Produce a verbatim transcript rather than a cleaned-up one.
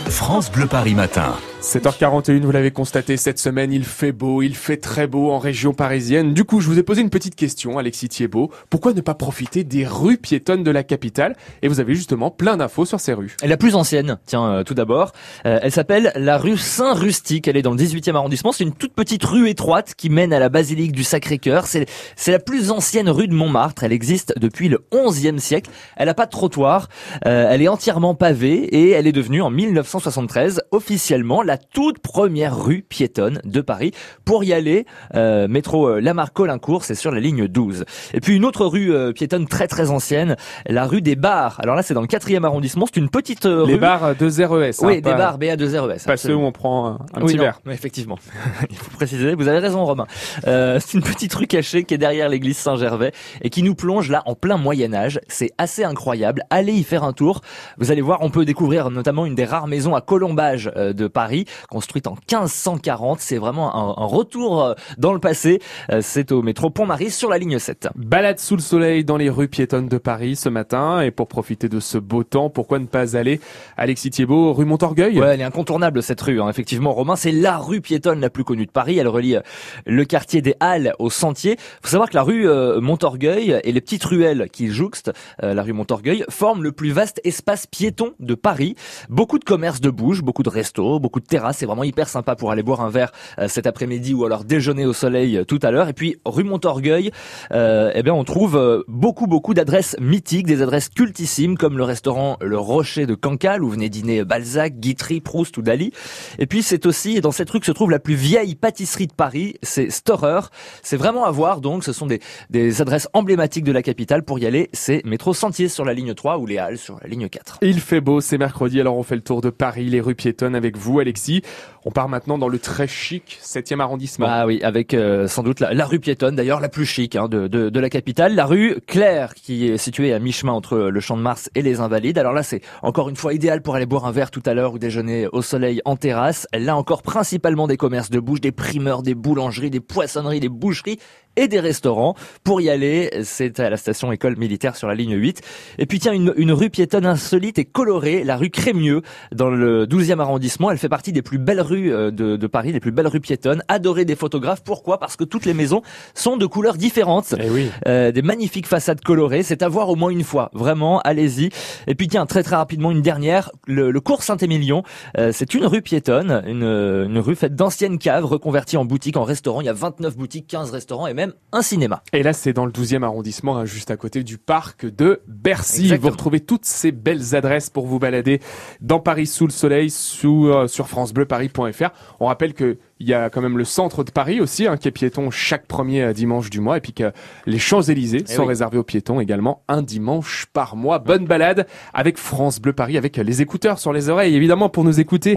France Bleu Paris Matin. sept heures quarante et une, vous l'avez constaté, cette semaine, il fait beau, il fait très beau en région parisienne. Du coup, je vous ai posé une petite question, Alexis Thiebaud. Pourquoi ne pas profiter des rues piétonnes de la capitale? Et vous avez justement plein d'infos sur ces rues. La plus ancienne, tiens, euh, tout d'abord, euh, elle s'appelle la rue Saint-Rustique. Elle est dans le dix-huitième arrondissement. C'est une toute petite rue étroite qui mène à la basilique du Sacré-Cœur. C'est, c'est la plus ancienne rue de Montmartre. Elle existe depuis le onzième siècle. Elle n'a pas de trottoir. Euh, elle est entièrement pavée et elle est devenue en mille neuf cent soixante-treize officiellement la toute première rue piétonne de Paris. Pour y aller, euh, métro euh, Lamarck-Caulaincourt, c'est sur la ligne douze. Et puis une autre rue euh, piétonne très très ancienne, la rue des Bars. Alors là, c'est dans le quatrième arrondissement. C'est une petite euh, Les rue. bars deux R E S. Oui, hein, des pas, bars B A deux R E S. pas ceux où on prend un, un Oui, petit non, verre. mais effectivement. Il faut préciser. Vous avez raison, Romain. Euh, c'est une petite rue cachée qui est derrière l'église Saint-Gervais et qui nous plonge là en plein Moyen-Âge. C'est assez incroyable. Allez y faire un tour. Vous allez voir, on peut découvrir notamment une des rares maisons à colombage euh, de Paris, construite en quinze cent quarante. C'est vraiment un, un retour euh, dans le passé. Euh, c'est au métro Pont-Marie sur la ligne sept. Balade sous le soleil dans les rues piétonnes de Paris ce matin. Et pour profiter de ce beau temps, pourquoi ne pas aller, Alexis Thiebaud, rue Montorgueil? Ouais, elle est incontournable cette rue, hein. Effectivement, Romain, c'est la rue piétonne la plus connue de Paris. Elle relie euh, le quartier des Halles au Sentier. Faut savoir que la rue euh, Montorgueil et les petites ruelles qui jouxtent euh, la rue Montorgueil forment le plus vaste espace piéton de Paris. Beaucoup de commerces de bouche, beaucoup de restos, beaucoup de terrasses. C'est vraiment hyper sympa pour aller boire un verre euh, cet après-midi ou alors déjeuner au soleil euh, tout à l'heure. Et puis rue Montorgueil, euh, eh bien on trouve euh, beaucoup beaucoup d'adresses mythiques, des adresses cultissimes comme le restaurant Le Rocher de Cancale où venait dîner Balzac, Guitry, Proust ou Dali. Et puis c'est aussi dans cette rue que se trouve la plus vieille pâtisserie de Paris, c'est Storer. C'est vraiment à voir, donc ce sont des, des adresses emblématiques de la capitale. Pour y aller, c'est métro Sentier sur la ligne trois ou les Halles sur la ligne quatre. Et il fait beau, c'est mercredi, alors on fait le tour de Paris, les rues piétonnes avec vous, Alexis. On part maintenant dans le très chic septième arrondissement. Ah oui, avec euh, sans doute la, la rue piétonne, d'ailleurs la plus chic hein, de, de, de la capitale, la rue Claire, qui est située à mi-chemin entre le Champ de Mars et les Invalides. Alors là, c'est encore une fois idéal pour aller boire un verre tout à l'heure ou déjeuner au soleil en terrasse. Là encore, principalement des commerces de bouche, des primeurs, des boulangeries, des poissonneries, des boucheries et des restaurants. Pour y aller, c'est à la station école militaire sur la ligne huit. Et puis tiens, une, une rue piétonne insolite et colorée, la rue Crémieux, dans le douzième arrondissement. Elle fait partie des plus belles rues de, de Paris, des plus belles rues piétonnes, adorée des photographes. Pourquoi? Parce que toutes les maisons sont de couleurs différentes. Eh oui. Euh, des magnifiques façades colorées, c'est à voir au moins une fois. Vraiment, allez-y. Et puis tiens, très très rapidement, une dernière, le, le cours Saint-Émilion. Euh, c'est une rue piétonne, une, une rue faite d'anciennes caves reconverties en boutiques, en restaurants. Il y a vingt-neuf boutiques, quinze restaurants et même un cinéma. Et là, c'est dans le douzième arrondissement, hein, juste à côté du parc de Bercy. Exactement. Vous retrouvez toutes ces belles adresses pour vous balader dans Paris sous le soleil, sous, euh, sur francebleuparis point f r. On rappelle que il y a quand même le centre de Paris aussi, hein, qui est piéton chaque premier dimanche du mois, et puis que les Champs-Élysées Eh sont oui. réservés aux piétons également un dimanche par mois. Bonne balade avec France Bleu Paris, avec les écouteurs sur les oreilles, évidemment, pour nous écouter.